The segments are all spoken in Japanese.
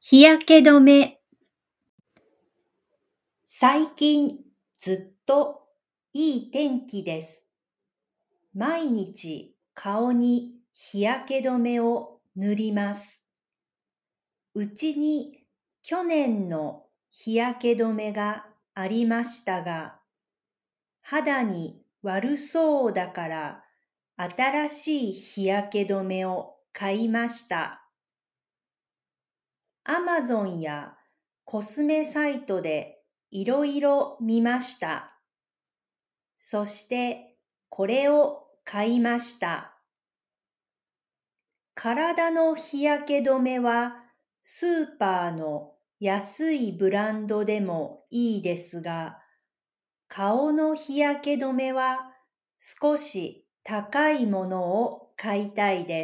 日焼け止め。最近ずっといい天気です。毎日顔に日焼け止めを塗ります。うちに去年の日焼け止めがありましたが、肌に悪そうだから新しい日焼け止めを買いました。Amazon やコスメサイトでいろいろ見ました。そしてこれを買いました。体の日焼け止めはスーパーの安いブランドでもいいですが、顔の日焼け止めは少し高いものを買いたいです。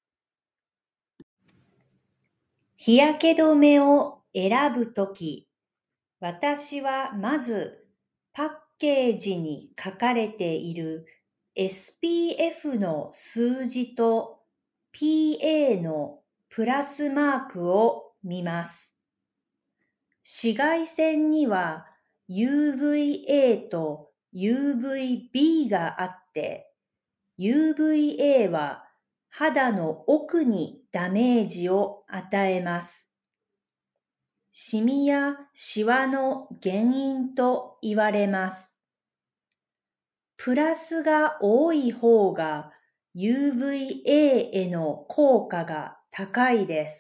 日焼け止めを選ぶとき、私はまずパッケージに書かれている SPF の数字と PA のプラスマークを見ます。紫外線には UVA と UVB があって、UVA は肌の奥にダメージを与えます。シミやシワの原因と言われます。プラスが多い方が UVA への効果が高いです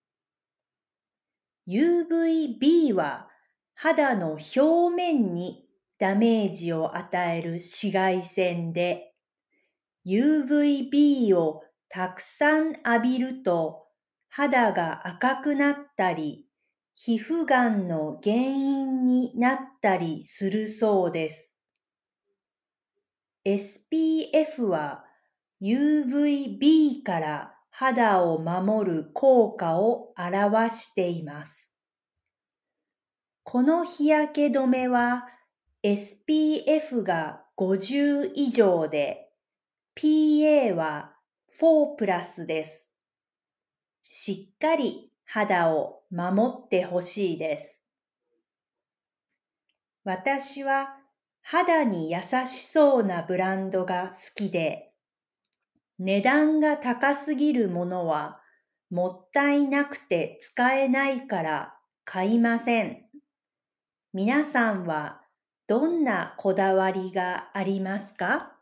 。UVB は肌の表面にダメージを与える紫外線で、UVB をたくさん浴びると肌が赤くなったり、皮膚がんの原因になったりするそうです。SPF は UVB から肌を守る効果を表しています。この日焼け止めは SPF が50以上で PA は4プラスです。しっかり肌を守ってほしいです。私は肌に優しそうなブランドが好きで、値段が高すぎるものはもったいなくて使えないから買いません。皆さんはどんなこだわりがありますか？